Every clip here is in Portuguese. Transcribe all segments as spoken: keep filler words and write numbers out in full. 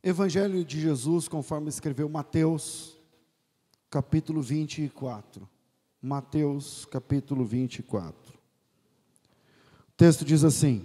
Evangelho de Jesus, conforme escreveu Mateus, capítulo vinte e quatro. Mateus, capítulo vinte e quatro. O texto diz assim: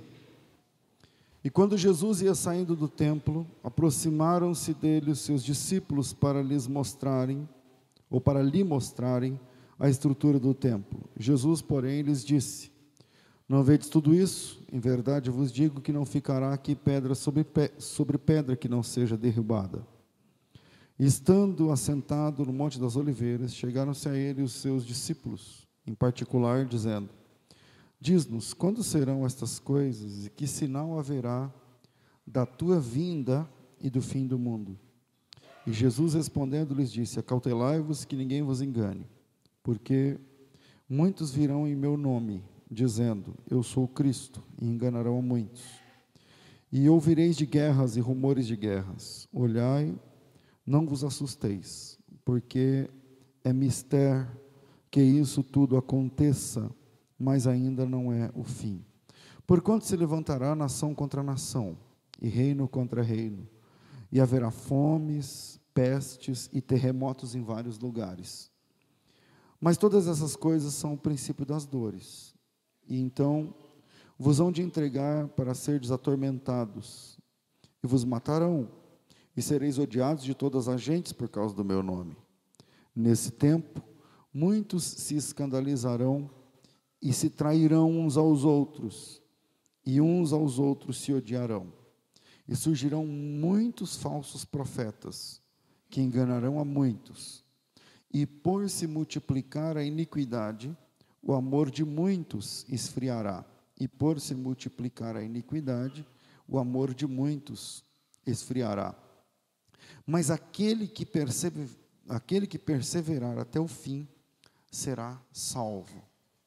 E quando Jesus ia saindo do templo, aproximaram-se dele os seus discípulos para lhes mostrarem, ou para lhe mostrarem, a estrutura do templo. Jesus, porém, lhes disse: Não vedes tudo isso? Em verdade vos digo que não ficará aqui pedra sobre, pe sobre pedra que não seja derrubada. E estando assentado no Monte das Oliveiras, chegaram-se a ele os seus discípulos, em particular, dizendo: Diz-nos, quando serão estas coisas, e que sinal haverá da tua vinda e do fim do mundo? E Jesus respondendo lhes disse: Acautelai-vos que ninguém vos engane, porque muitos virão em meu nome, dizendo, eu sou Cristo, e enganarão a muitos. E ouvireis de guerras e rumores de guerras. Olhai, não vos assusteis, porque é mister que isso tudo aconteça, mas ainda não é o fim. Porquanto se levantará nação contra nação, e reino contra reino, e haverá fomes, pestes e terremotos em vários lugares. Mas todas essas coisas são o princípio das dores. E então vos hão de entregar para serdes atormentados, e vos matarão, e sereis odiados de todas as gentes por causa do meu nome. Nesse tempo, muitos se escandalizarão, e se trairão uns aos outros, e uns aos outros se odiarão. E surgirão muitos falsos profetas, que enganarão a muitos. E por se multiplicar a iniquidade, o amor de muitos esfriará. E por se multiplicar a iniquidade, o amor de muitos esfriará. Mas aquele que, persever, aquele que perseverar até o fim, será salvo.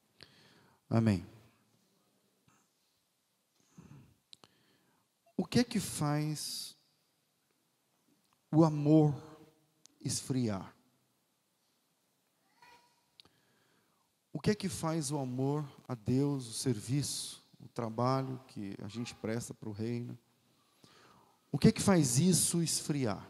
Amém. O que é que faz o amor esfriar? O que é que faz o amor a Deus, o serviço, o trabalho que a gente presta para o reino? O que é que faz isso esfriar?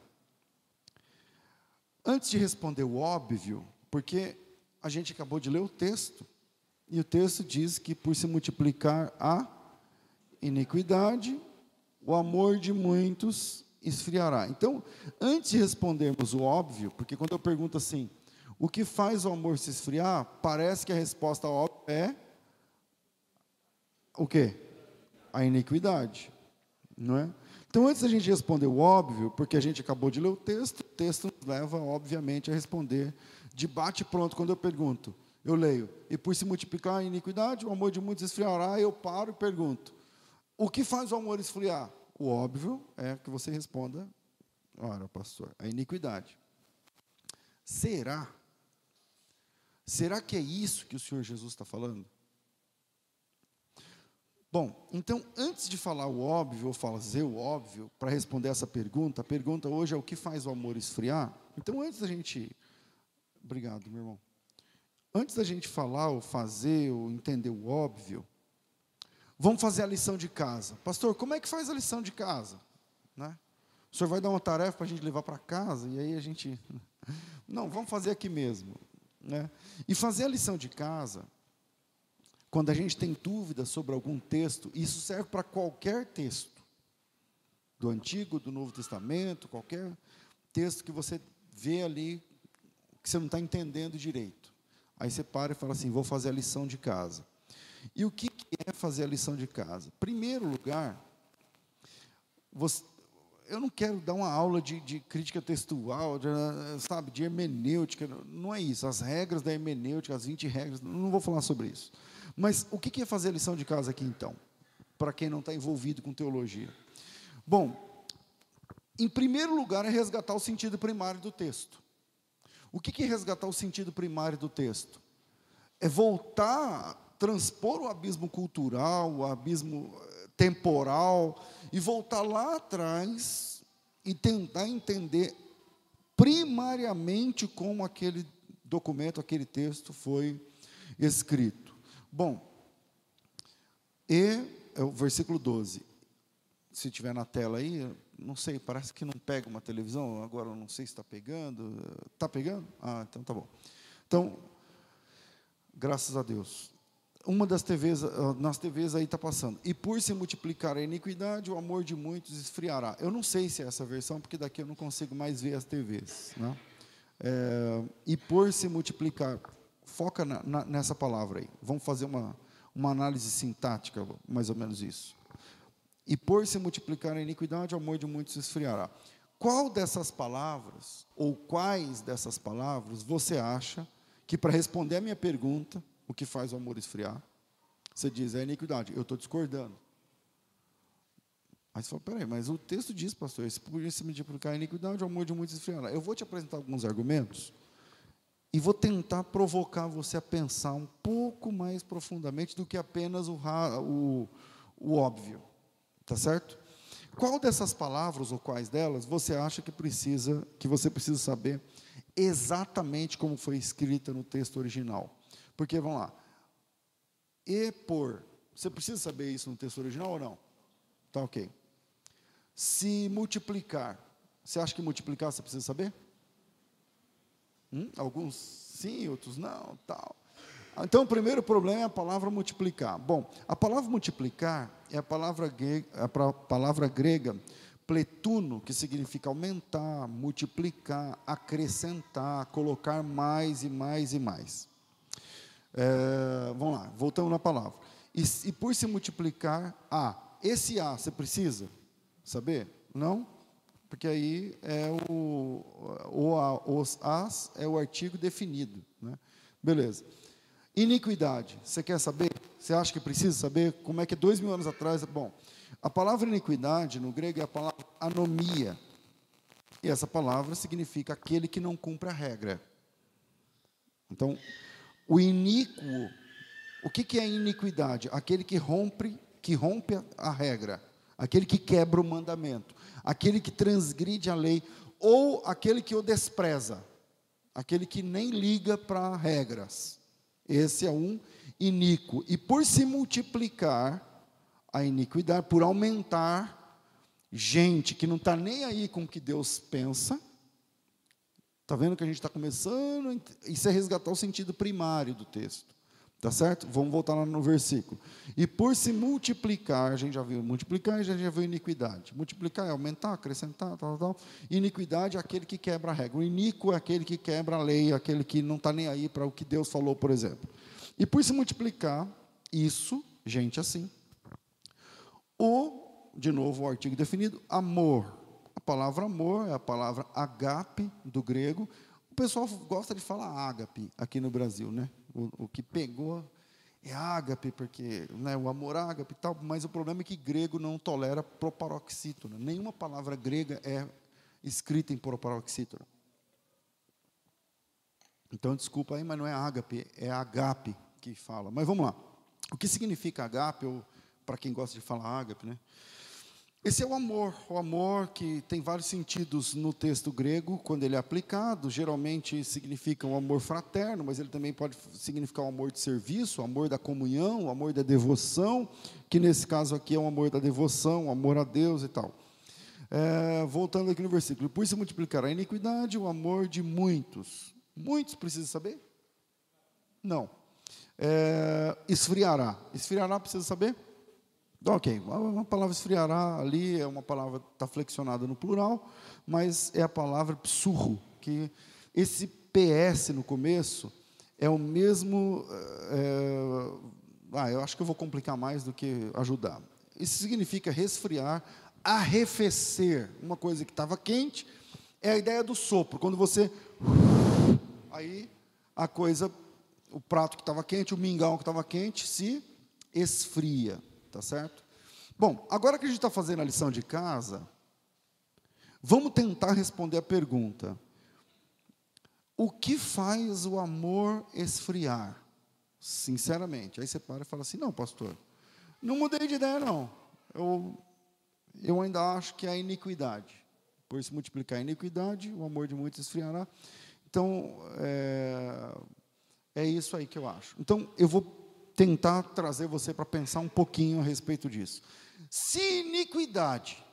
Antes de responder o óbvio, porque a gente acabou de ler o texto, e o texto diz que por se multiplicar a iniquidade, o amor de muitos esfriará. Então, antes de respondermos o óbvio, porque quando eu pergunto assim, o que faz o amor se esfriar? Parece que a resposta óbvia é o quê? A iniquidade, não é? Então, antes da gente responder o óbvio, porque a gente acabou de ler o texto, o texto nos leva, obviamente, a responder de bate-pronto. Quando eu pergunto, eu leio, e por se multiplicar a iniquidade, o amor de muitos esfriará, eu paro e pergunto, o que faz o amor esfriar? O óbvio é que você responda, ora, pastor, a iniquidade. Será? Será que é isso que o Senhor Jesus está falando? Bom, então, antes de falar o óbvio, ou fazer o óbvio, para responder essa pergunta, a pergunta hoje é o que faz o amor esfriar? Então, antes da gente... Obrigado, meu irmão. Antes da gente falar, ou fazer, ou entender o óbvio, vamos fazer a lição de casa. Pastor, como é que faz a lição de casa? Né? O senhor vai dar uma tarefa para a gente levar para casa, e aí a gente... Não, vamos fazer aqui mesmo. Né? E fazer a lição de casa, quando a gente tem dúvida sobre algum texto, isso serve para qualquer texto, do Antigo, do Novo Testamento, qualquer texto que você vê ali, que você não está entendendo direito. Aí você para e fala assim, vou fazer a lição de casa. E o que é fazer a lição de casa? Primeiro lugar, você... eu não quero dar uma aula de, de crítica textual, de, sabe, de hermenêutica, não é isso. As regras da hermenêutica, as vinte regras, não vou falar sobre isso. Mas o que é fazer a lição de casa aqui, então? Para quem não está envolvido com teologia. Bom, em primeiro lugar é resgatar o sentido primário do texto. O que é resgatar o sentido primário do texto? É voltar, transpor o abismo cultural, o abismo temporal, e voltar lá atrás e tentar entender primariamente como aquele documento, aquele texto foi escrito. Bom, e é o versículo doze, se tiver na tela aí, não sei, parece que não pega uma televisão, agora eu não sei se está pegando. Está pegando? Ah, então tá bom. Então, graças a Deus. Uma das T Vs, nas T Vs aí está passando. E por se multiplicar a iniquidade, o amor de muitos esfriará. Eu não sei se é essa versão, porque daqui eu não consigo mais ver as T Vs. Né? É, e por se multiplicar, foca na, na, nessa palavra aí. Vamos fazer uma, uma análise sintática, mais ou menos isso. E por se multiplicar a iniquidade, o amor de muitos esfriará. Qual dessas palavras, ou quais dessas palavras, você acha que, para responder a minha pergunta, o que faz o amor esfriar? Você diz, é iniquidade. Eu estou discordando. Aí você fala, peraí, mas o texto diz, pastor, se por isso se multiplicar a iniquidade, o amor de muitos esfriará. Eu vou te apresentar alguns argumentos e vou tentar provocar você a pensar um pouco mais profundamente do que apenas o, o, o óbvio. Tá certo? Qual dessas palavras, ou quais delas, você acha que precisa, que você precisa saber exatamente como foi escrita no texto original? Porque, vamos lá, e por, você precisa saber isso no texto original ou não? Tá ok. Se multiplicar, você acha que multiplicar você precisa saber? Hum? Alguns sim, outros não, tal. Então, o primeiro problema é a palavra multiplicar. Bom, a palavra multiplicar é a palavra grega, a palavra grega pletuno, que significa aumentar, multiplicar, acrescentar, colocar mais e mais e mais. É, vamos lá, voltamos na palavra. E, e por se multiplicar, A. Esse A, você precisa saber? Não? Porque aí é o, o a, os As é o artigo definido. Né? Beleza. Iniquidade, você quer saber? Você acha que precisa saber? Como é que dois mil anos atrás... Bom, a palavra iniquidade, no grego, é a palavra anomia. E essa palavra significa aquele que não cumpre a regra. Então, o iníquo, o que, que é iniquidade? Aquele que rompe, que rompe a, a regra, aquele que quebra o mandamento, aquele que transgride a lei, ou aquele que o despreza, aquele que nem liga para regras. Esse é um iníquo. E por se multiplicar a iniquidade, por aumentar gente que não está nem aí com o que Deus pensa, está vendo que a gente está começando, isso é resgatar o sentido primário do texto. Tá certo? Vamos voltar lá no versículo. E por se multiplicar, a gente já viu multiplicar, a gente já viu iniquidade. Multiplicar é aumentar, acrescentar, tal, tal. Iniquidade é aquele que quebra a regra. O iníquo é aquele que quebra a lei, aquele que não está nem aí para o que Deus falou, por exemplo. E por se multiplicar, isso, gente assim. O, de novo, o artigo definido, amor. A palavra amor é a palavra agape, do grego. O pessoal gosta de falar ágape aqui no Brasil, né? O, o que pegou é ágape, porque né, o amor ágape e tal, mas o problema é que grego não tolera proparoxítona. Nenhuma palavra grega é escrita em proparoxítona. Então, desculpa aí, mas não é ágape, é agape que fala. Mas vamos lá. O que significa agape, ou para quem gosta de falar ágape, né? Esse é o amor, o amor que tem vários sentidos no texto grego, quando ele é aplicado, geralmente significa um amor fraterno, mas ele também pode significar o um amor de serviço, o amor da comunhão, o amor da devoção, que nesse caso aqui é o amor da devoção, o amor a Deus e tal. É, voltando aqui no versículo, por se multiplicar a iniquidade, o amor de muitos. Muitos precisa saber? Não. É, esfriará. Esfriará precisa saber? Ok, a palavra esfriará ali é uma palavra que está flexionada no plural, mas é a palavra psurro, que esse P S no começo é o mesmo... É, ah, eu acho que eu vou complicar mais do que ajudar. Isso significa resfriar, arrefecer. Uma coisa que estava quente é a ideia do sopro. Quando você... Aí a coisa, o prato que estava quente, o mingau que estava quente, se esfria. Tá certo? Bom, agora que a gente está fazendo a lição de casa, vamos tentar responder a pergunta: o que faz o amor esfriar? Sinceramente. Aí você para e fala assim: não, pastor, não mudei de ideia, não. Eu, eu ainda acho que é a iniquidade. Por se multiplicar a iniquidade, o amor de muitos esfriará. Então, é, é isso aí que eu acho. Então, eu vou tentar trazer você para pensar um pouquinho a respeito disso. Se iniquidade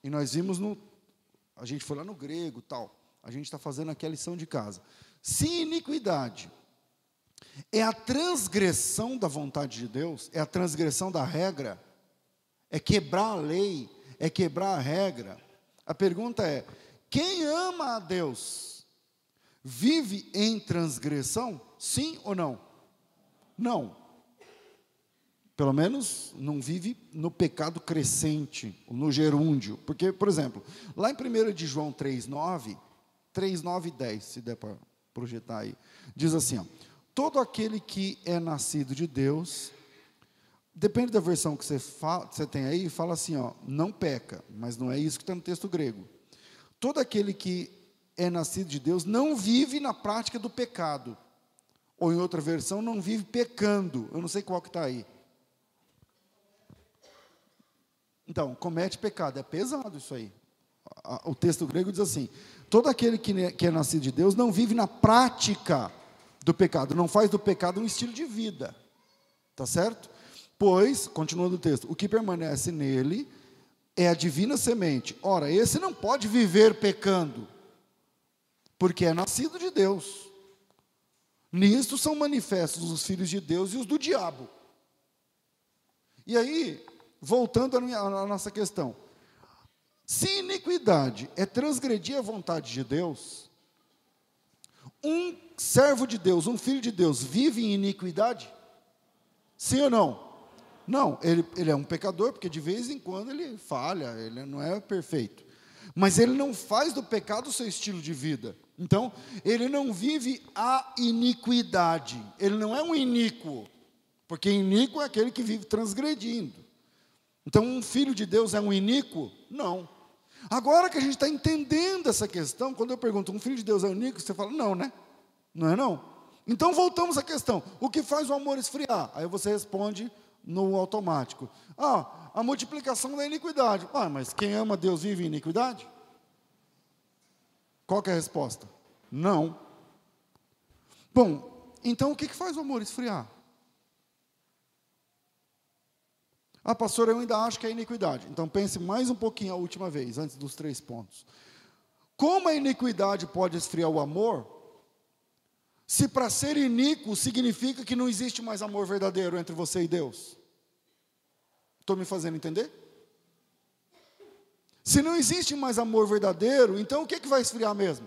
E nós vimos no... A gente foi lá no grego e tal. A gente está fazendo aqui a lição de casa. Se iniquidade é a transgressão da vontade de Deus, é a transgressão da regra, é quebrar a lei, é quebrar a regra. A pergunta é, quem ama a Deus vive em transgressão? Sim ou não? Não. Pelo menos não vive no pecado crescente, no gerúndio. Porque, por exemplo, lá em primeira de João três, nove, três, nove e dez, se der para projetar aí, diz assim, ó, todo aquele que é nascido de Deus, depende da versão que você, fala, você tem aí, fala assim, ó, não peca, mas não é isso que está no texto grego. Todo aquele que é nascido de Deus não vive na prática do pecado. Ou em outra versão, não vive pecando. Eu não sei qual que está aí. Então, comete pecado. É pesado isso aí. O texto grego diz assim, todo aquele que é nascido de Deus não vive na prática do pecado. Não faz do pecado um estilo de vida. Tá certo? Pois, continuando o texto, o que permanece nele é a divina semente. Ora, esse não pode viver pecando, porque é nascido de Deus. Nisto são manifestos os filhos de Deus e os do diabo. E aí, voltando à, minha, à nossa questão, se iniquidade é transgredir a vontade de Deus, um servo de Deus, um filho de Deus, vive em iniquidade? Sim ou não? Não, ele, ele é um pecador, porque de vez em quando ele falha, ele não é perfeito. Mas ele não faz do pecado o seu estilo de vida. Então, ele não vive a iniquidade. Ele não é um iníquo, porque iníquo é aquele que vive transgredindo. Então, um filho de Deus é um iníquo? Não. Agora que a gente está entendendo essa questão, quando eu pergunto, um filho de Deus é um iníquo? Você fala, não, né? Não é não? Então, voltamos à questão. O que faz o amor esfriar? Aí você responde no automático. Ah, a multiplicação da iniquidade. Ah, mas quem ama Deus vive em iniquidade? Qual que é a resposta? Não. Bom, então o que que faz o amor esfriar? Ah, pastor, eu ainda acho que é iniquidade. Então pense mais um pouquinho a última vez, antes dos três pontos. Como a iniquidade pode esfriar o amor, se para ser iníquo significa que não existe mais amor verdadeiro entre você e Deus? Estou me fazendo entender? Se não existe mais amor verdadeiro, então o que, que vai esfriar mesmo?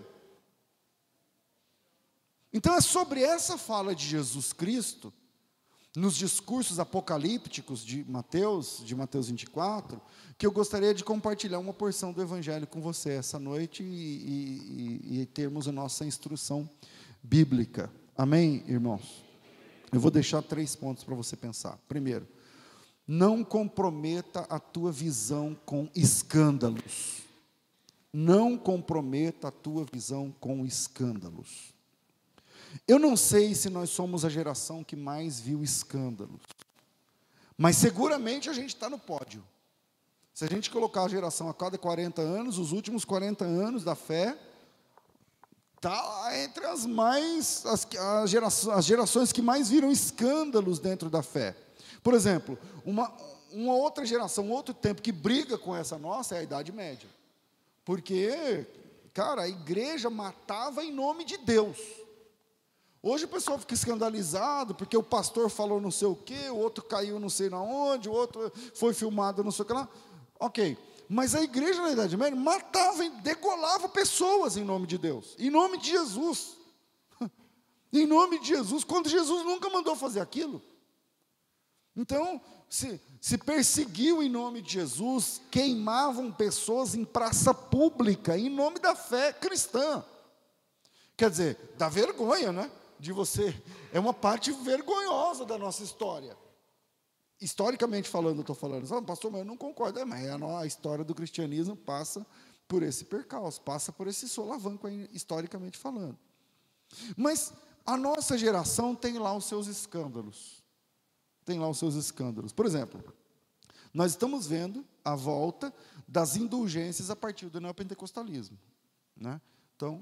Então é sobre essa fala de Jesus Cristo, nos discursos apocalípticos de Mateus, de Mateus vinte e quatro, que eu gostaria de compartilhar uma porção do Evangelho com você essa noite e, e, e termos a nossa instrução bíblica. Amém, irmãos? Eu vou deixar três pontos para você pensar. Primeiro, não comprometa a tua visão com escândalos. Não comprometa a tua visão com escândalos. Eu não sei se nós somos a geração que mais viu escândalos, mas seguramente a gente está no pódio. Se a gente colocar a geração a cada quarenta anos, os últimos quarenta anos da fé, está entre as mais, as, as, gerações, as gerações que mais viram escândalos dentro da fé. Por exemplo, uma, uma outra geração, um outro tempo que briga com essa nossa é a Idade Média. Porque, cara, a igreja matava em nome de Deus. Hoje o pessoal fica escandalizado, porque o pastor falou não sei o quê, o outro caiu não sei na onde, o outro foi filmado não sei o que lá. Ok, mas a igreja na Idade Média matava, degolava pessoas em nome de Deus, em nome de Jesus. Em nome de Jesus, quando Jesus nunca mandou fazer aquilo. Então, se, se perseguiu em nome de Jesus, queimavam pessoas em praça pública, em nome da fé cristã. Quer dizer, dá vergonha, né? De você, é uma parte vergonhosa da nossa história. Historicamente falando, eu estou falando, ah, pastor, mas eu não concordo. É, mas a, a história do cristianismo passa por esse percalço, passa por esse solavanco, aí, historicamente falando. Mas a nossa geração tem lá os seus escândalos. Tem lá os seus escândalos. Por exemplo, nós estamos vendo a volta das indulgências a partir do neopentecostalismo, né? Então,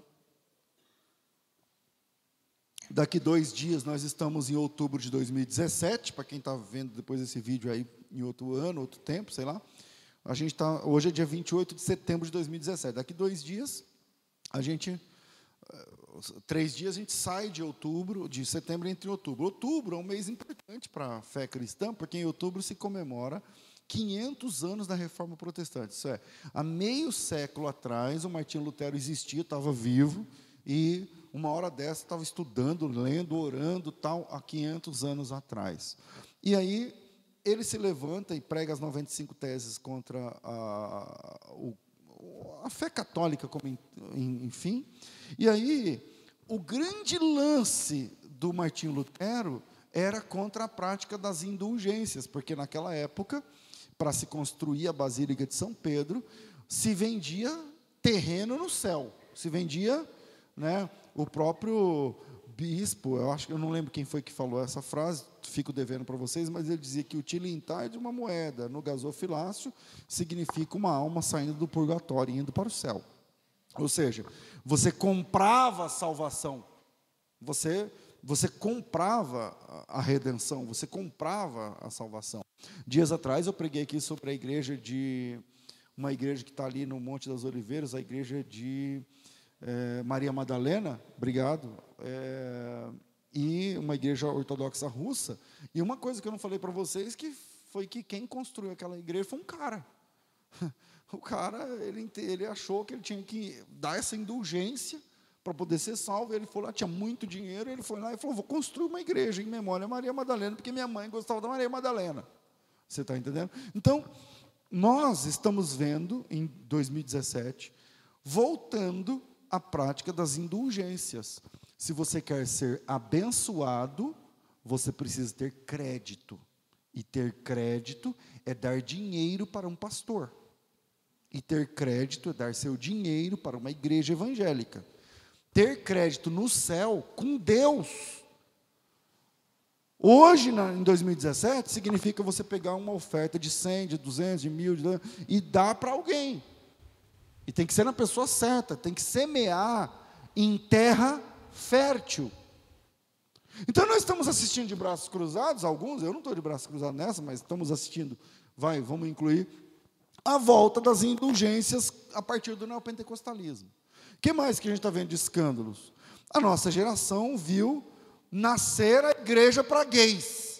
daqui dois dias, nós estamos em outubro de dois mil e dezessete, para quem está vendo depois desse vídeo aí, em outro ano, outro tempo, sei lá. A gente tá, hoje é dia vinte e oito de setembro de dois mil e dezessete. Daqui dois dias, a gente, três dias, a gente sai de outubro, de setembro entre outubro. Outubro é um mês importante para a fé cristã, porque em outubro se comemora quinhentos anos da Reforma Protestante. Isso é, há meio século atrás, o Martinho Lutero existia, estava vivo, e uma hora dessa estava estudando, lendo, orando, tal, há quinhentos anos atrás. E aí, ele se levanta e prega as noventa e cinco teses contra a, a, a fé católica, como enfim. E aí, o grande lance do Martinho Lutero era contra a prática das indulgências, porque naquela época, para se construir a Basílica de São Pedro, se vendia terreno no céu, se vendia, né, o próprio bispo, eu acho que eu não lembro quem foi que falou essa frase, fico devendo para vocês, mas ele dizia que o tilintar de uma moeda no gasofilácio significa uma alma saindo do purgatório e indo para o céu. Ou seja, você comprava a salvação, você Você comprava a redenção, você comprava a salvação. Dias atrás eu preguei aqui sobre a igreja de, uma igreja que está ali no Monte das Oliveiras, a igreja de é, Maria Madalena, obrigado, é, e uma igreja ortodoxa russa. E uma coisa que eu não falei para vocês, que foi que quem construiu aquela igreja foi um cara. O cara, ele, ele achou que ele tinha que dar essa indulgência para poder ser salvo. Ele foi lá, tinha muito dinheiro, ele foi lá e falou, vou construir uma igreja em memória a Maria Madalena, porque minha mãe gostava da Maria Madalena. Você está entendendo? Então, nós estamos vendo, em dois mil e dezessete, voltando à prática das indulgências. Se você quer ser abençoado, você precisa ter crédito. E ter crédito é dar dinheiro para um pastor. E ter crédito é dar seu dinheiro para uma igreja evangélica. Ter crédito no céu com Deus. Hoje, em dois mil e dezessete, significa você pegar uma oferta de cem, de duzentos, de mil, de e dar para alguém. E tem que ser na pessoa certa, tem que semear em terra fértil. Então, nós estamos assistindo de braços cruzados, alguns, eu não estou de braços cruzados nessa, mas estamos assistindo, vai, vamos incluir, a volta das indulgências a partir do neopentecostalismo. O que mais que a gente está vendo de escândalos? A nossa geração viu nascer a igreja para gays.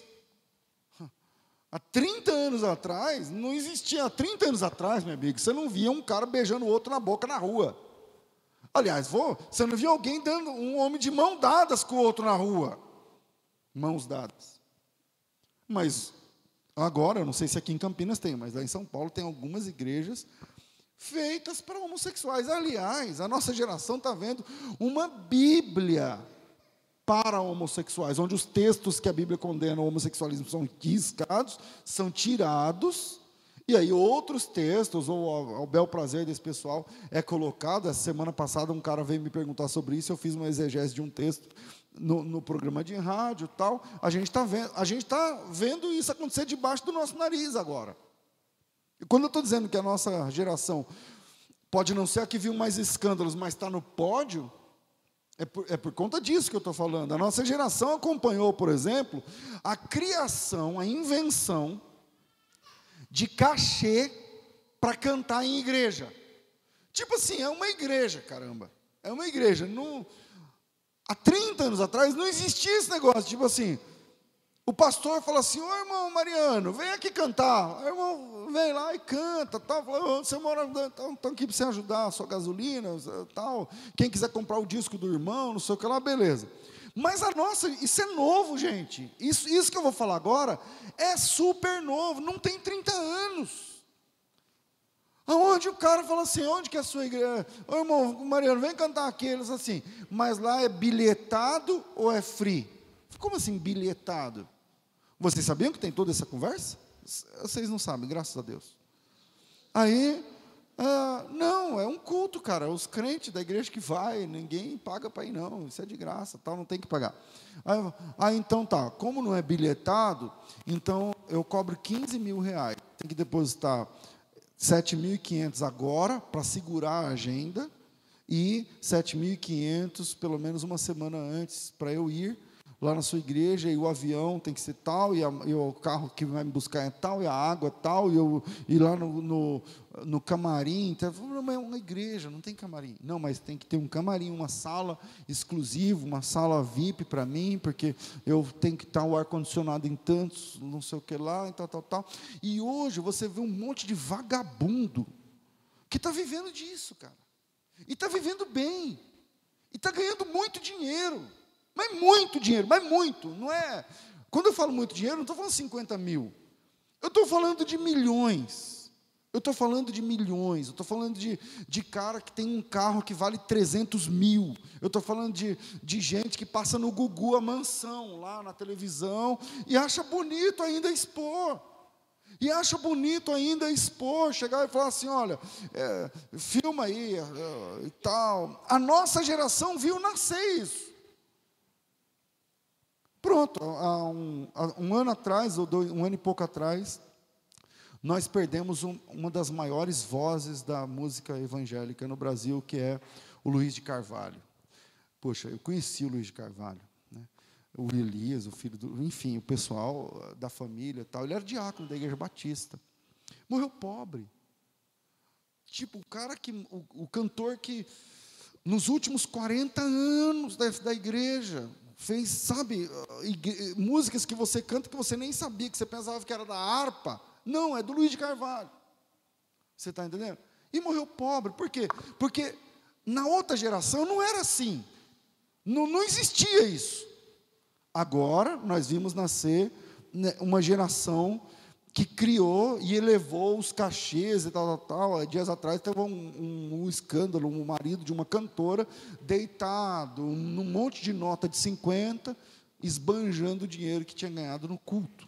Há trinta anos atrás, não existia, há trinta anos atrás, meu amigo, você não via um cara beijando o outro na boca na rua. Aliás, vou, você não via alguém dando, um homem de mão dadas com o outro na rua. Mãos dadas. Mas, agora, eu não sei se aqui em Campinas tem, mas lá em São Paulo tem algumas igrejas feitas para homossexuais. Aliás, a nossa geração está vendo uma Bíblia para homossexuais, onde os textos que a Bíblia condena o homossexualismo são riscados, são tirados, e aí outros textos, ou ao, ao bel prazer desse pessoal, é colocado. Essa semana passada um cara veio me perguntar sobre isso, eu fiz uma exegese de um texto no, no programa de rádio e tal. A gente está vendo, a gente está vendo isso acontecer debaixo do nosso nariz agora. E quando eu estou dizendo que a nossa geração pode não ser a que viu mais escândalos, mas está no pódio, é por, é por conta disso que eu estou falando. A nossa geração acompanhou, por exemplo, a criação, a invenção de cachê para cantar em igreja. Tipo assim, é uma igreja, caramba. É uma igreja. Não, há trinta anos atrás não existia esse negócio, tipo assim, o pastor fala assim, ô irmão Mariano, vem aqui cantar. O irmão vem lá e canta, tal. Fala, você mora, estou aqui para você ajudar a sua gasolina, tal. Quem quiser comprar o disco do irmão, não sei o que lá, beleza. Mas a nossa, isso é novo, gente. Isso, isso que eu vou falar agora é super novo, não tem trinta anos. Aonde o cara fala assim, onde que é a sua igreja? Ô irmão Mariano, vem cantar aqui. Eles assim, mas lá é bilhetado ou é free? Como assim bilhetado? Vocês sabiam que tem toda essa conversa? Vocês não sabem, graças a Deus. Aí, ah, não, é um culto, cara. Os crentes da igreja que vai, ninguém paga para ir, não. Isso é de graça, tal, não tem que pagar. Aí, aí, então tá, como não é bilhetado, então eu cobro quinze mil reais. Tem que depositar sete mil e quinhentos agora, para segurar a agenda, e sete mil e quinhentos, pelo menos uma semana antes, para eu ir. lá na sua igreja, e o avião tem que ser tal, e, a, e o carro que vai me buscar é tal, e a água é tal, e, eu, e lá no, no, no camarim, então, não é uma igreja, não tem camarim. Não, mas tem que ter um camarim, uma sala exclusiva, uma sala V I P para mim, porque eu tenho que estar o ar-condicionado em tantos, não sei o que lá, e tal, tal, tal. E hoje você vê um monte de vagabundo que está vivendo disso, cara. E está vivendo bem. E está ganhando muito dinheiro. Mas muito dinheiro, mas muito. Não é. Quando eu falo muito dinheiro, não estou falando cinquenta mil. Eu estou falando de milhões. Eu estou falando de milhões. Eu estou falando de, de cara que tem um carro que vale trezentos mil. Eu estou falando de, de gente que passa no Gugu a mansão, lá na televisão, e acha bonito ainda expor. E acha bonito ainda expor, chegar e falar assim, olha, é, filma aí, é, e tal. A nossa geração viu nascer isso. Pronto, há um, há um ano atrás, ou dois, um ano e pouco atrás, nós perdemos um, uma das maiores vozes da música evangélica no Brasil, que é o Luiz de Carvalho. Poxa, eu conheci o Luiz de Carvalho. O Elias, o filho do... Enfim, o pessoal da família e tal. Ele era diácono da Igreja Batista. Morreu pobre. Tipo, o cara que... O, o cantor que, nos últimos quarenta anos da, da igreja, fez, sabe, igre, músicas que você canta que você nem sabia, que você pensava que era da harpa. Não, é do Luiz de Carvalho. Você está entendendo? E morreu pobre. Por quê? Porque na outra geração não era assim. Não, não existia isso. Agora, nós vimos nascer uma geração que criou e elevou os cachês e tal, tal, tal. Dias atrás teve um, um, um escândalo, um marido de uma cantora deitado num monte de nota de cinquenta, esbanjando o dinheiro que tinha ganhado no culto.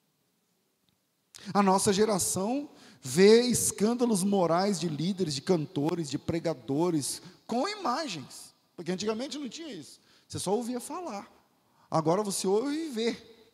A nossa geração vê escândalos morais de líderes, de cantores, de pregadores, com imagens, porque antigamente não tinha isso, você só ouvia falar. Agora você ouve e vê.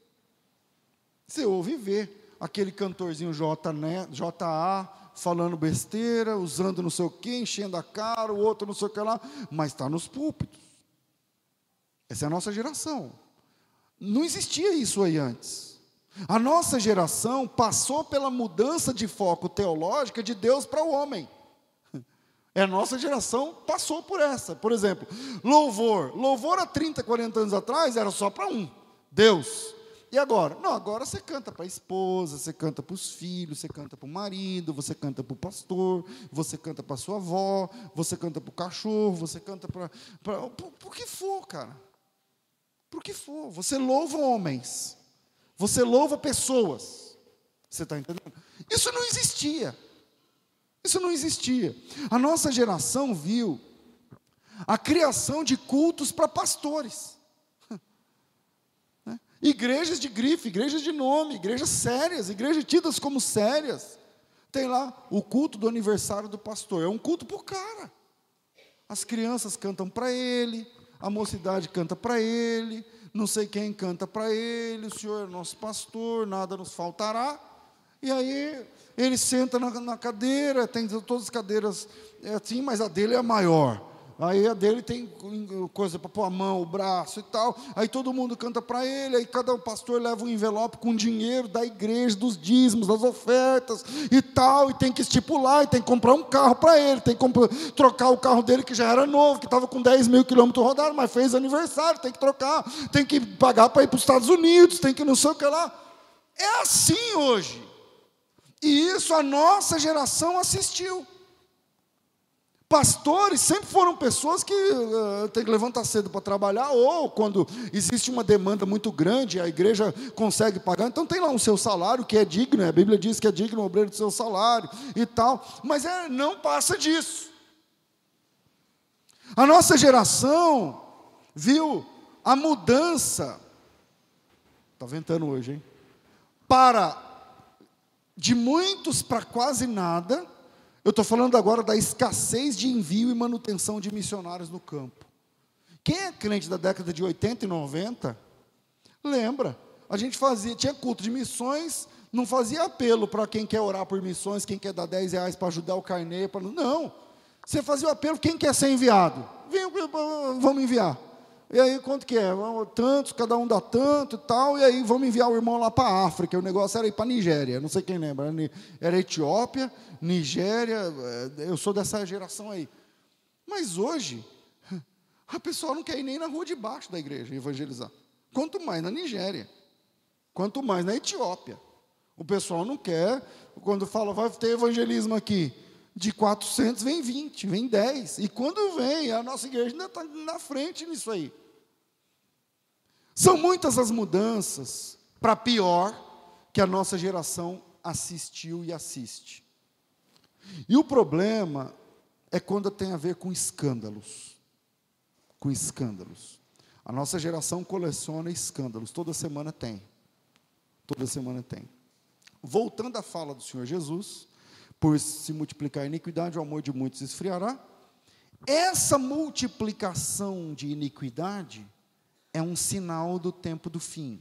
Você ouve e vê. Aquele cantorzinho J, né, J A falando besteira, usando não sei o quê, enchendo a cara, o outro não sei o que lá, mas está nos púlpitos. Essa é a nossa geração. Não existia isso aí antes. A nossa geração passou pela mudança de foco teológica de Deus para o homem. É, a nossa geração passou por essa. Por exemplo, louvor. Louvor há trinta, quarenta anos atrás era só para um, Deus. E agora? Não, agora você canta para a esposa, você canta para os filhos, você canta para o marido, você canta para o pastor, você canta para a sua avó, você canta para o cachorro, você canta para... para por, por que for, cara. Por que for. Você louva homens. Você louva pessoas. Você está entendendo? Isso não existia. Isso não existia. A nossa geração viu a criação de cultos para pastores. Né? Igrejas de grife, igrejas de nome, igrejas sérias, igrejas tidas como sérias. Tem lá o culto do aniversário do pastor. É um culto para o cara. As crianças cantam para ele, a mocidade canta para ele, não sei quem canta para ele, o Senhor é nosso pastor, nada nos faltará. E aí ele senta na, na cadeira, tem todas as cadeiras é assim, mas a dele é a maior. Aí a dele tem coisa para pôr a mão, o braço e tal. Aí todo mundo canta para ele, aí cada pastor leva um envelope com dinheiro da igreja, dos dízimos, das ofertas e tal, e tem que estipular, e tem que comprar um carro para ele, tem que comprar, trocar o carro dele que já era novo, que estava com dez mil quilômetros rodados, mas fez aniversário, tem que trocar, tem que pagar para ir para os Estados Unidos, tem que não sei o que lá. É assim hoje. E isso a nossa geração assistiu. Pastores sempre foram pessoas que uh, tem que levantar cedo para trabalhar, ou quando existe uma demanda muito grande, a igreja consegue pagar, então tem lá um seu salário que é digno, a Bíblia diz que é digno o obreiro do seu salário e tal, mas é, não passa disso. A nossa geração viu a mudança, está ventando hoje, hein? Para, de muitos para quase nada. Eu estou falando agora da escassez de envio e manutenção de missionários no campo. Quem é crente da década de oitenta e noventa, lembra, a gente fazia, tinha culto de missões, não fazia apelo para quem quer orar por missões, quem quer dar dez reais para ajudar o carnê, para, não, você fazia o apelo, quem quer ser enviado? Vem, vamos enviar. E aí, quanto que é? Tantos, cada um dá tanto e tal, e aí vamos enviar o irmão lá para a África. O negócio era ir para a Nigéria, não sei quem lembra. Era Etiópia, Nigéria, eu sou dessa geração aí. Mas hoje, a pessoa não quer ir nem na rua de baixo da igreja evangelizar. Quanto mais na Nigéria, quanto mais na Etiópia. O pessoal não quer, quando fala, vai ter evangelismo aqui, de quatrocentos vem vinte, vem dez. E quando vem, a nossa igreja ainda está na frente nisso aí. São muitas as mudanças, para pior, que a nossa geração assistiu e assiste. E o problema é quando tem a ver com escândalos. Com escândalos. A nossa geração coleciona escândalos, toda semana tem. Toda semana tem. Voltando à fala do Senhor Jesus, por se multiplicar a iniquidade, o amor de muitos esfriará. Essa multiplicação de iniquidade é um sinal do tempo do fim.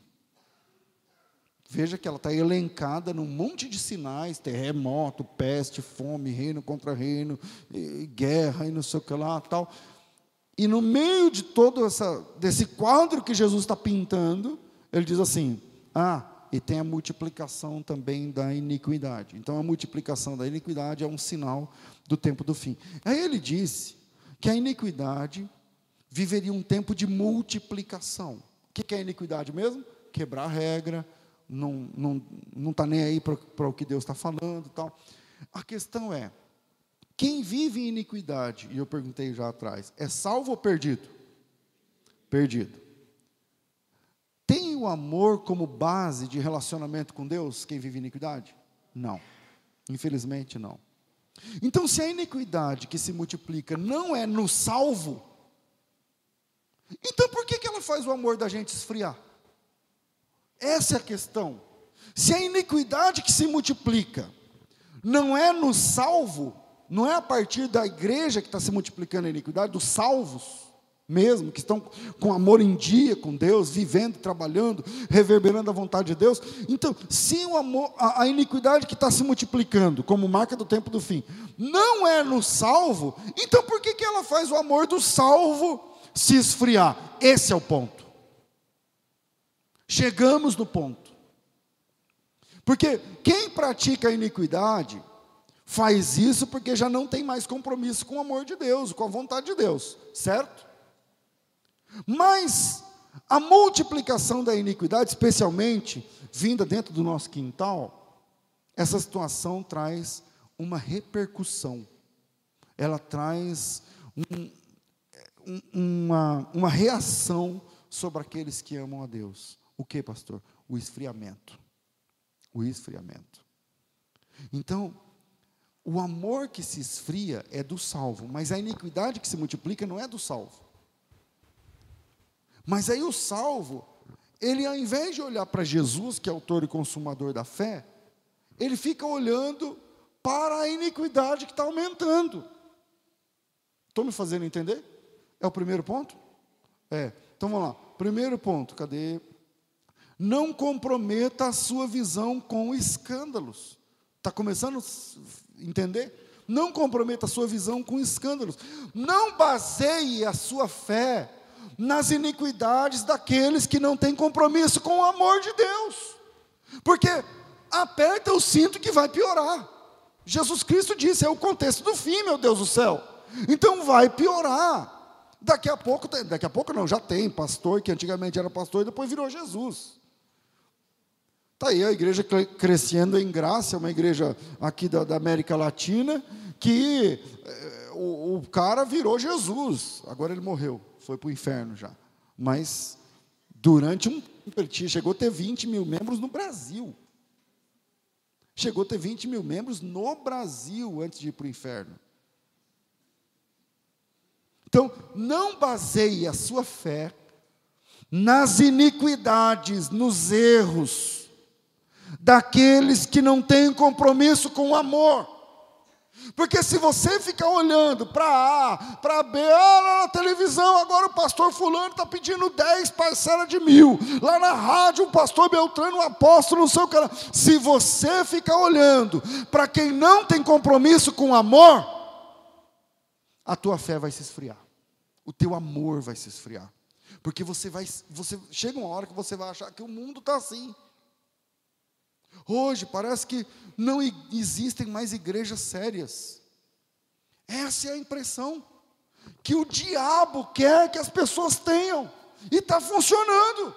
Veja que ela está elencada num monte de sinais, terremoto, peste, fome, reino contra reino, guerra e não sei o que lá, tal. E no meio de todo essa, desse quadro que Jesus está pintando, ele diz assim, ah, e tem a multiplicação também da iniquidade. Então, a multiplicação da iniquidade é um sinal do tempo do fim. Aí ele disse que a iniquidade viveria um tempo de multiplicação. O que é a iniquidade mesmo? Quebrar a regra, não está não, não tá nem aí para o que Deus está falando. Tal. A questão é, quem vive em iniquidade, e eu perguntei já atrás, é salvo ou perdido? Perdido. Tem o amor como base de relacionamento com Deus, quem vive em iniquidade? Não. Infelizmente, não. Então, se a iniquidade que se multiplica não é no salvo, então por que que ela faz o amor da gente esfriar? Essa é a questão. Se a iniquidade que se multiplica não é no salvo, não é a partir da igreja que está se multiplicando a iniquidade, dos salvos mesmo, que estão com amor em dia com Deus, vivendo, trabalhando, reverberando a vontade de Deus. Então, se o amor, a, a iniquidade que está se multiplicando, como marca do tempo do fim, não é no salvo, então por que que ela faz o amor do salvo se esfriar? Esse é o ponto. Chegamos no ponto. Porque quem pratica a iniquidade faz isso porque já não tem mais compromisso com o amor de Deus, com a vontade de Deus, certo? Mas a multiplicação da iniquidade, especialmente vinda dentro do nosso quintal, essa situação traz uma repercussão. Ela traz um, um, uma, uma reação sobre aqueles que amam a Deus. O que, pastor? O esfriamento. O esfriamento. Então, o amor que se esfria é do salvo, mas a iniquidade que se multiplica não é do salvo. Mas aí o salvo, ele ao invés de olhar para Jesus, que é autor e consumador da fé, ele fica olhando para a iniquidade que está aumentando. Estou me fazendo entender? É o primeiro ponto? É. Então vamos lá. Primeiro ponto, cadê? Não comprometa a sua visão com escândalos. Está começando a entender? Não comprometa a sua visão com escândalos. Não baseie a sua fé nas iniquidades daqueles que não têm compromisso com o amor de Deus. Porque aperta o cinto que vai piorar. Jesus Cristo disse, é o contexto do fim, meu Deus do céu. Então vai piorar. Daqui a pouco, daqui a pouco não, já tem pastor que antigamente era pastor e depois virou Jesus. Está aí a igreja crescendo em graça, uma igreja aqui da, da América Latina, que eh, o, o cara virou Jesus, agora ele morreu, foi para o inferno já. Mas durante um tempo, chegou a ter vinte mil membros no Brasil. Chegou a ter vinte mil membros no Brasil antes de ir para o inferno. Então, não baseie a sua fé nas iniquidades, nos erros daqueles que não têm compromisso com o amor. Porque se você ficar olhando para A, para B, ah, lá na televisão, agora o pastor fulano está pedindo dez parcelas de mil, lá na rádio o pastor Beltrano, o apóstolo, não sei o que lá. Se você ficar olhando para quem não tem compromisso com o amor, a tua fé vai se esfriar, o teu amor vai se esfriar. Porque você vai, você chega uma hora que você vai achar que o mundo está assim. Hoje parece que não existem mais igrejas sérias. Essa é a impressão que o diabo quer que as pessoas tenham. E está funcionando.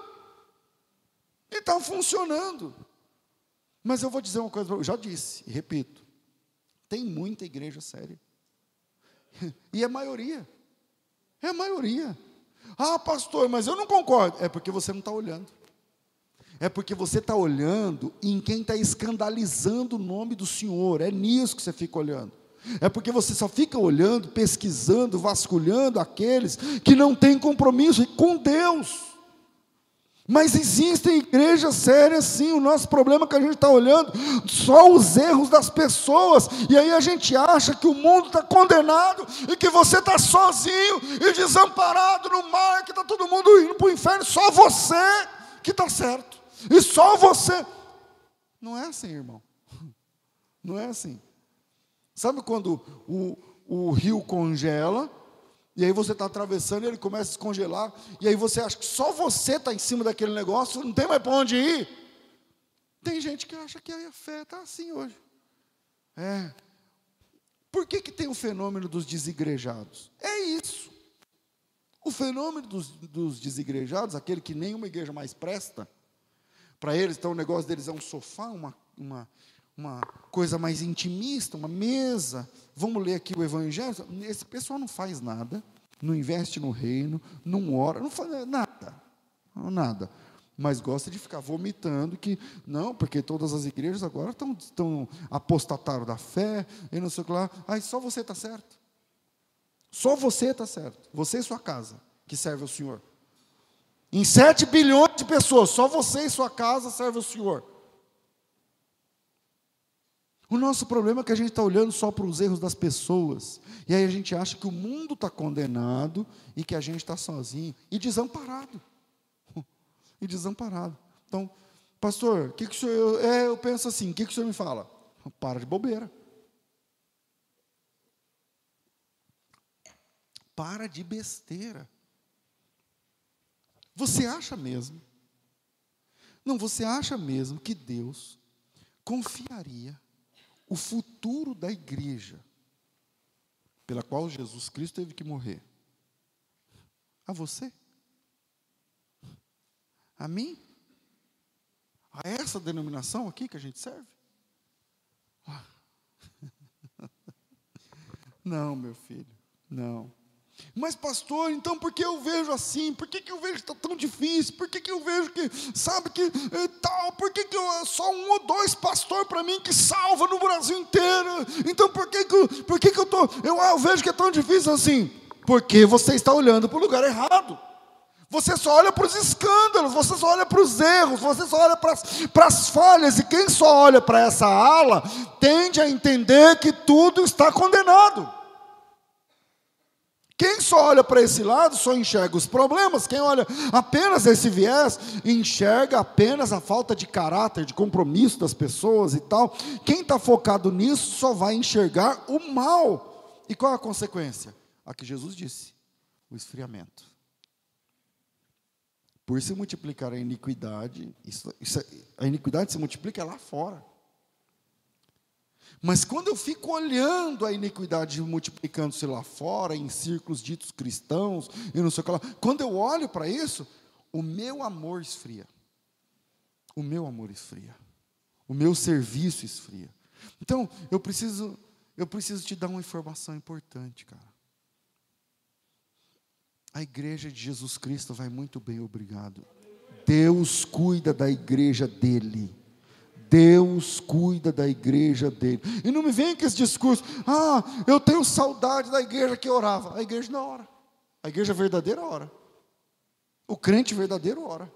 E está funcionando. Mas eu vou dizer uma coisa, eu já disse e repito. Tem muita igreja séria. E é a maioria. É a maioria. Ah, pastor, mas eu não concordo. É porque você não está olhando. É porque você está olhando em quem está escandalizando o nome do Senhor. É nisso que você fica olhando. É porque você só fica olhando, pesquisando, vasculhando aqueles que não têm compromisso com Deus. Mas existem igrejas sérias sim. O nosso problema é que a gente está olhando só os erros das pessoas. E aí a gente acha que o mundo está condenado e que você está sozinho e desamparado no mar, que está todo mundo indo para o inferno. Só você que está certo. E só você. Não é assim, irmão. Não é assim. Sabe quando o, o rio congela, e aí você está atravessando e ele começa a descongelar, e aí você acha que só você está em cima daquele negócio, não tem mais para onde ir? Tem gente que acha que a fé está assim hoje. É. Por que que tem o fenômeno dos desigrejados? É isso. O fenômeno dos, dos desigrejados, aquele que nenhuma igreja mais presta, para eles, então o negócio deles é um sofá, uma... uma uma coisa mais intimista, uma mesa, vamos ler aqui o Evangelho. Esse pessoal não faz nada, não investe no reino, não ora, não faz nada, nada, mas gosta de ficar vomitando que, não, porque todas as igrejas agora estão, estão apostataram da fé, e não sei o que lá, aí só você está certo, só você está certo, você e sua casa, que serve ao Senhor, em sete bilhões de pessoas, só você e sua casa serve ao Senhor. O nosso problema é que a gente está olhando só para os erros das pessoas, e aí a gente acha que o mundo está condenado, e que a gente está sozinho, e desamparado, e desamparado. Então, pastor, o que, que o senhor, é, eu penso assim, o que, que o senhor me fala? Para de bobeira. Para de besteira. Você acha mesmo, não, você acha mesmo que Deus confiaria o futuro da igreja, pela qual Jesus Cristo teve que morrer, a você? A mim? A essa denominação aqui que a gente serve? Não, meu filho, não. Mas pastor, então por que eu vejo assim? Por que, que eu vejo que está tão difícil? Por que, que eu vejo que, sabe, que e tal? Por que, que eu, só um ou dois pastores para mim que salva no Brasil inteiro? Então por que, que, eu, por que, que eu, tô, eu, eu vejo que é tão difícil assim? Porque você está olhando para o lugar errado. Você só olha para os escândalos, você só olha para os erros, você só olha para as falhas. E quem só olha para essa ala, tende a entender que tudo está condenado. Quem só olha para esse lado, só enxerga os problemas. Quem olha apenas esse viés, enxerga apenas a falta de caráter, de compromisso das pessoas e tal. Quem está focado nisso, só vai enxergar o mal. E qual é a consequência? A que Jesus disse, o esfriamento. Por se multiplicar a iniquidade, isso, isso, a iniquidade se multiplica lá fora. Mas quando eu fico olhando a iniquidade multiplicando-se lá fora, em círculos ditos cristãos, e não sei o que lá, quando eu olho para isso, o meu amor esfria. O meu amor esfria. O meu serviço esfria. Então, eu preciso, eu preciso te dar uma informação importante, cara. A igreja de Jesus Cristo vai muito bem, obrigado. Deus cuida da igreja dele. Deus cuida da igreja dele. E não me vem com esse discurso, ah, eu tenho saudade da igreja que orava. A igreja não ora. A igreja verdadeira ora. O crente verdadeiro ora.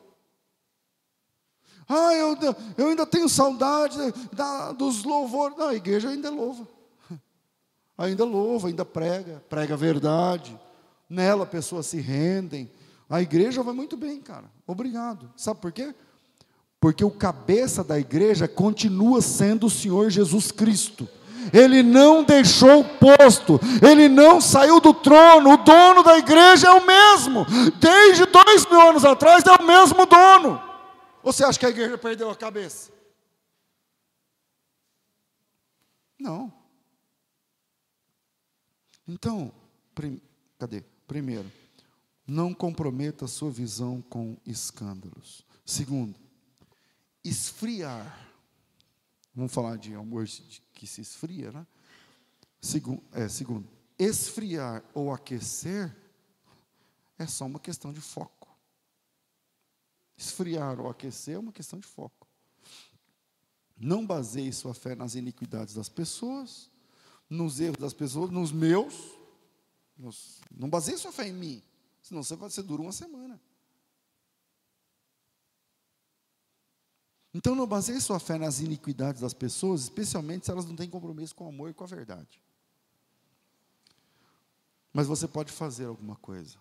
Ah, eu, eu ainda tenho saudade da, dos louvores. Não, a igreja ainda louva. Ainda louva, ainda prega, prega a verdade. Nela pessoas se rendem. A igreja vai muito bem, cara. Obrigado. Sabe por quê? Porque o cabeça da igreja continua sendo o Senhor Jesus Cristo. Ele não deixou o posto, ele não saiu do trono. O dono da igreja é o mesmo, desde dois mil anos atrás é o mesmo dono. Ou você acha que a igreja perdeu a cabeça? Não. Então, prim, cadê? Primeiro, não comprometa a sua visão com escândalos. Segundo, esfriar. Vamos falar de amor que se esfria, né? Segundo, é, segundo, esfriar ou aquecer é só uma questão de foco. Esfriar ou aquecer é uma questão de foco. Não baseie sua fé nas iniquidades das pessoas, nos erros das pessoas, nos meus. Nos, não baseie sua fé em mim, senão você vai ser duro uma semana. Então não baseie sua fé nas iniquidades das pessoas, especialmente se elas não têm compromisso com o amor e com a verdade. Mas você pode fazer alguma coisa.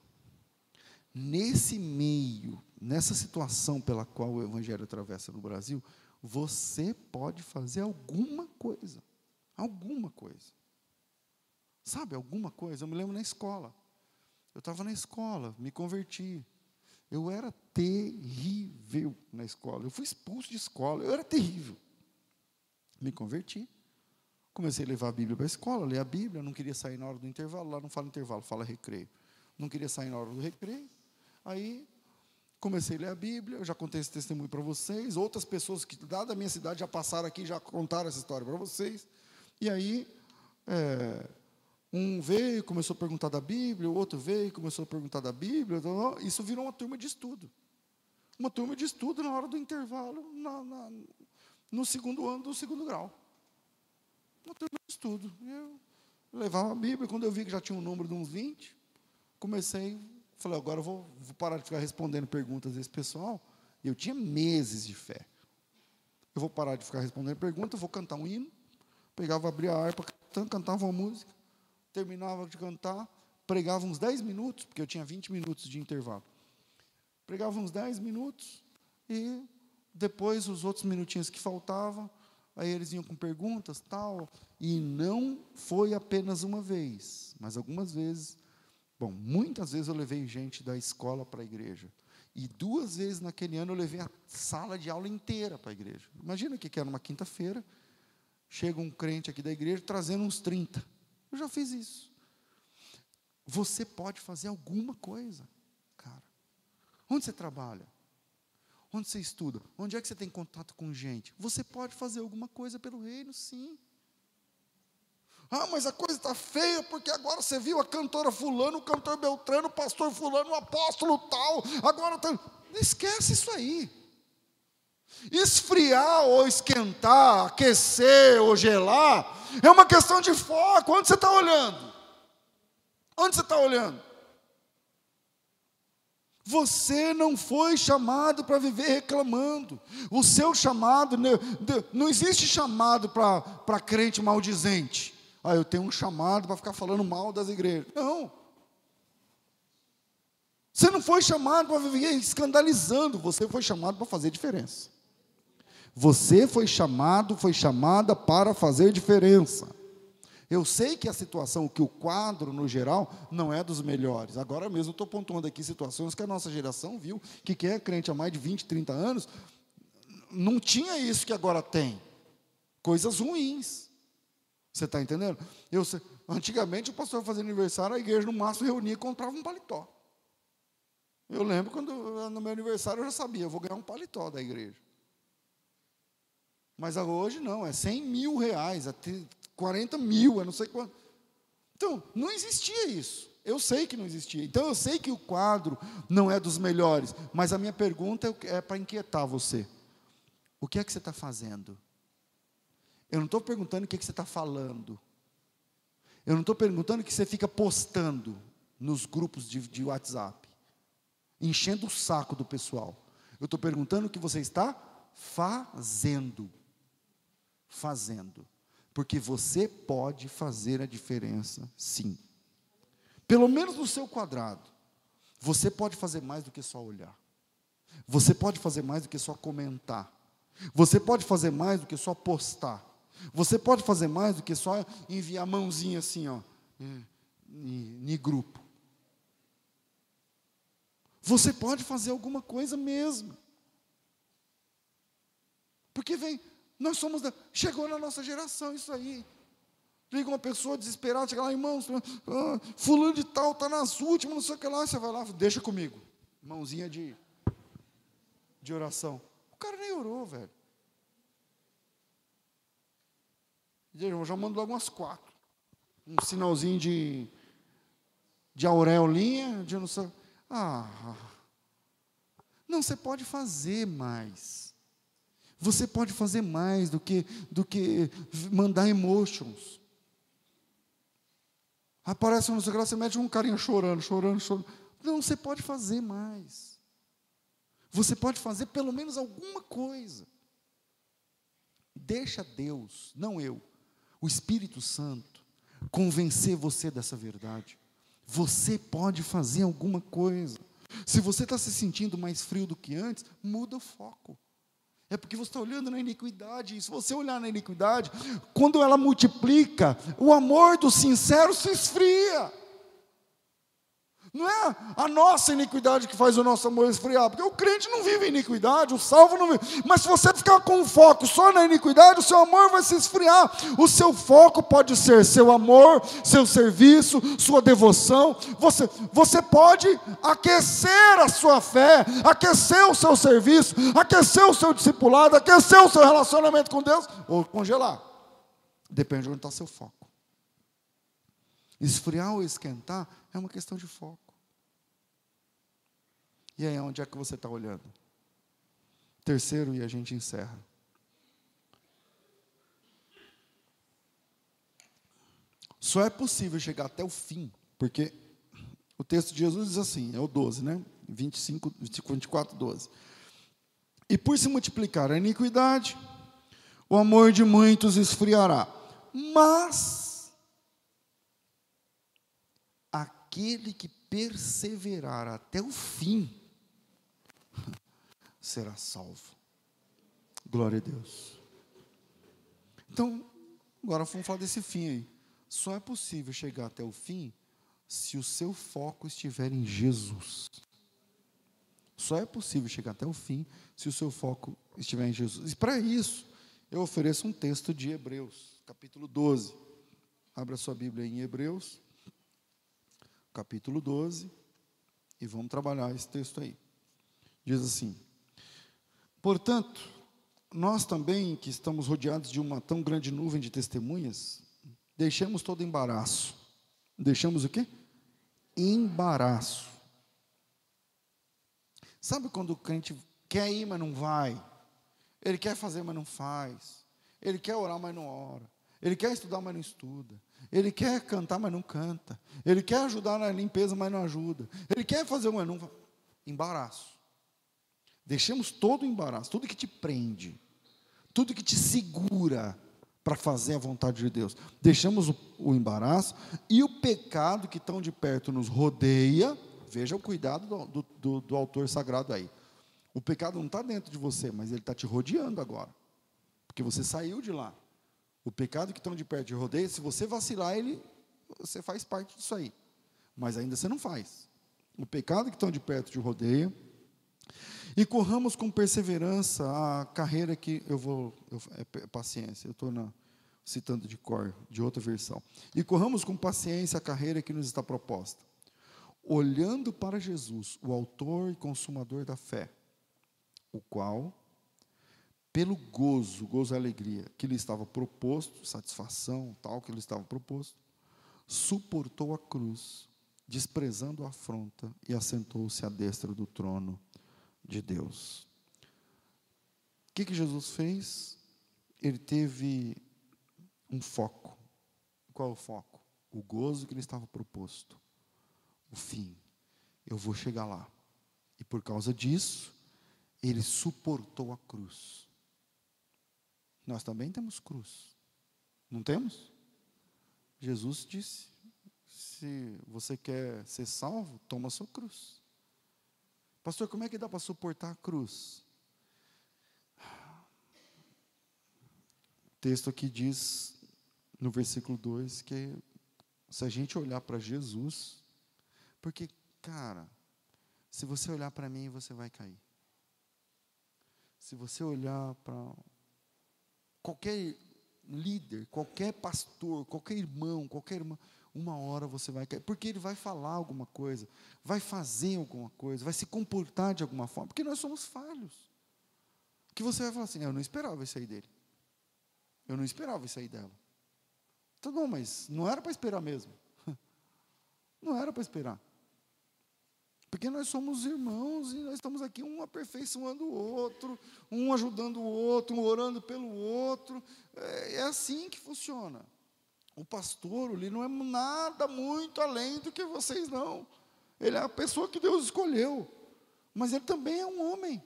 Nesse meio, nessa situação pela qual o Evangelho atravessa no Brasil, você pode fazer alguma coisa. Alguma coisa. Sabe, alguma coisa? Eu me lembro na escola. Eu estava na escola, me converti. Eu era terrível na escola. Eu fui expulso de escola. Eu era terrível. Me converti. Comecei a levar a Bíblia para a escola, ler a Bíblia. Não queria sair na hora do intervalo. Lá não fala intervalo, fala recreio. Não queria sair na hora do recreio. Aí, comecei a ler a Bíblia. Eu já contei esse testemunho para vocês. Outras pessoas que, lá da minha cidade, já passaram aqui, já contaram essa história para vocês. E aí, é, um veio, começou a perguntar da Bíblia, o outro veio, começou a perguntar da Bíblia. Isso virou uma turma de estudo. Uma turma de estudo na hora do intervalo, na, na, no segundo ano do segundo grau. Uma turma de estudo. Eu levava a Bíblia, quando eu vi que já tinha um número de uns vinte, comecei, falei, agora eu vou, vou parar de ficar respondendo perguntas desse pessoal. Eu tinha meses de fé. Eu vou parar de ficar respondendo perguntas, vou cantar um hino. Pegava, abria a harpa, cantava uma música. Terminava de cantar, pregava uns dez minutos, porque eu tinha vinte minutos de intervalo. Pregava uns dez minutos, e depois os outros minutinhos que faltavam, aí eles iam com perguntas, tal, e não foi apenas uma vez, mas algumas vezes, bom, muitas vezes eu levei gente da escola para a igreja, e duas vezes naquele ano eu levei a sala de aula inteira para a igreja. Imagina que era uma quinta-feira, chega um crente aqui da igreja, trazendo uns trinta. Eu já fiz isso. Você pode fazer alguma coisa, cara. Onde você trabalha? Onde você estuda? Onde é que você tem contato com gente? Você pode fazer alguma coisa pelo reino, sim. Ah, mas a coisa está feia, porque agora você viu a cantora fulano, o cantor Beltrano, o pastor fulano, o apóstolo tal, agora está... Esquece isso aí. Esfriar ou esquentar, aquecer ou gelar, é uma questão de foco. Onde você está olhando? Onde você está olhando? Você não foi chamado para viver reclamando. O seu chamado, não existe chamado para, para crente maldizente. Ah, eu tenho um chamado para ficar falando mal das igrejas. Não. Você não foi chamado para viver escandalizando, você foi chamado para fazer diferença. Você foi chamado, foi chamada para fazer diferença. Eu sei que a situação, que o quadro, no geral, não é dos melhores. Agora mesmo eu estou pontuando aqui situações que a nossa geração viu, que quem é crente há mais de vinte, trinta anos, não tinha isso que agora tem. Coisas ruins. Você está entendendo? Eu, antigamente, o pastor fazia aniversário, a igreja no máximo reunia e comprava um paletó. Eu lembro quando, no meu aniversário, eu já sabia, eu vou ganhar um paletó da igreja. Mas hoje não, é cem mil reais, é quarenta mil, é não sei quanto. Então, não existia isso. Eu sei que não existia. Então, eu sei que o quadro não é dos melhores. Mas a minha pergunta é para inquietar você. O que é que você está fazendo? Eu não estou perguntando o que, é que você está falando. Eu não estou perguntando o que você fica postando nos grupos de, de WhatsApp, enchendo o saco do pessoal. Eu estou perguntando o que você está fazendo. Fazendo. Porque você pode fazer a diferença, sim. Pelo menos no seu quadrado. Você pode fazer mais do que só olhar. Você pode fazer mais do que só comentar. Você pode fazer mais do que só postar. Você pode fazer mais do que só enviar a mãozinha assim, ó, em grupo. Você pode fazer alguma coisa mesmo. Porque vem, nós somos, da, chegou na nossa geração isso aí. Liga uma pessoa desesperada, chega lá, irmãos, ah, fulano de tal, está nas últimas, não sei o que lá, você vai lá, deixa comigo. Mãozinha de, de oração. O cara nem orou, velho. Eu já mando logo umas quatro. Um sinalzinho de, de aureolinha, de não sei. Ah, não, você pode fazer mais. Você pode fazer mais do que, do que mandar emotions. Aparece um você mete um carinha chorando, chorando, chorando. Não, você pode fazer mais. Você pode fazer pelo menos alguma coisa. Deixa Deus, não eu, o Espírito Santo, convencer você dessa verdade. Você pode fazer alguma coisa. Se você está se sentindo mais frio do que antes, muda o foco. É porque você está olhando na iniquidade. E se você olhar na iniquidade, quando ela multiplica, o amor do sincero se esfria. Não é a nossa iniquidade que faz o nosso amor esfriar, porque o crente não vive em iniquidade, o salvo não vive. Mas se você ficar com foco só na iniquidade, o seu amor vai se esfriar. O seu foco pode ser seu amor, seu serviço, sua devoção. Você, você pode aquecer a sua fé, aquecer o seu serviço, aquecer o seu discipulado, aquecer o seu relacionamento com Deus, ou congelar. Depende de onde está seu foco. Esfriar ou esquentar é uma questão de foco. E aí, onde é que você está olhando? Terceiro, e a gente encerra. Só é possível chegar até o fim, porque o texto de Jesus diz assim, é o doze, né? vinte e cinco, vinte e quatro, doze. E por se multiplicar a iniquidade, o amor de muitos esfriará. Mas aquele que perseverar até o fim será salvo. Glória a Deus. Então, agora vamos falar desse fim aí. Só é possível chegar até o fim se o seu foco estiver em Jesus. Só é possível chegar até o fim se o seu foco estiver em Jesus. E para isso, eu ofereço um texto de Hebreus, capítulo doze. Abra sua Bíblia em Hebreus, capítulo doze, e vamos trabalhar esse texto aí. Diz assim: portanto, nós também, que estamos rodeados de uma tão grande nuvem de testemunhas, deixamos todo embaraço. Deixamos o quê? Embaraço. Sabe quando o crente quer ir, mas não vai? Ele quer fazer, mas não faz. Ele quer orar, mas não ora. Ele quer estudar, mas não estuda. Ele quer cantar, mas não canta. Ele quer ajudar na limpeza, mas não ajuda. Ele quer fazer, mas não... Embaraço. Deixemos todo o embaraço, tudo que te prende, tudo que te segura para fazer a vontade de Deus. Deixamos o, o embaraço e o pecado que tão de perto nos rodeia. Veja o cuidado do, do, do, do autor sagrado aí. O pecado não está dentro de você, mas ele está te rodeando agora, porque você saiu de lá. O pecado que tão de perto te rodeia, se você vacilar, ele, você faz parte disso aí, mas ainda você não faz. O pecado que tão de perto te rodeia, e corramos com perseverança a carreira que eu vou, eu, é paciência, eu estou citando de cor, de outra versão. E corramos com paciência a carreira que nos está proposta, olhando para Jesus, o autor e consumador da fé, o qual, pelo gozo, gozo e alegria, que lhe estava proposto, satisfação, tal, que lhe estava proposto, suportou a cruz, desprezando a afronta, e assentou-se à destra do trono de Deus. O que que Jesus fez? Ele teve um foco. Qual é o foco? O gozo que lhe estava proposto. O fim. Eu vou chegar lá. E por causa disso, ele suportou a cruz. Nós também temos cruz. Não temos? Jesus disse, se você quer ser salvo, toma a sua cruz. Pastor, como é que dá para suportar a cruz? texto aqui diz, no versículo dois, que se a gente olhar para Jesus, porque, cara, se você olhar para mim, você vai cair. Se você olhar para qualquer líder, qualquer pastor, qualquer irmão, qualquer irmã, uma hora você vai cair, porque ele vai falar alguma coisa, vai fazer alguma coisa, vai se comportar de alguma forma, porque nós somos falhos. Que você vai falar assim, eu não esperava isso aí dele. Eu não esperava isso aí dela. Tá bom, mas não era para esperar mesmo. Não era para esperar. Porque nós somos irmãos e nós estamos aqui um aperfeiçoando o outro, um ajudando o outro, um orando pelo outro. É, é assim que funciona. O pastor, ele não é nada muito além do que vocês, não. Ele é a pessoa que Deus escolheu. Mas ele também é um homem.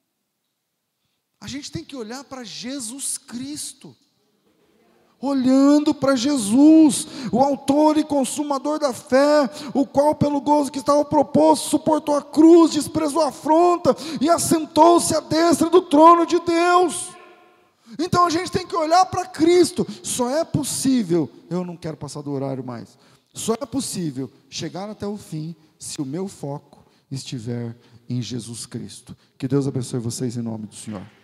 A gente tem que olhar para Jesus Cristo. Olhando para Jesus, o autor e consumador da fé, o qual pelo gozo que estava proposto, suportou a cruz, desprezou a afronta e assentou-se à destra do trono de Deus. Então a gente tem que olhar para Cristo. Só é possível, eu não quero passar do horário mais, só é possível chegar até o fim, se o meu foco estiver em Jesus Cristo. Que Deus abençoe vocês em nome do Senhor.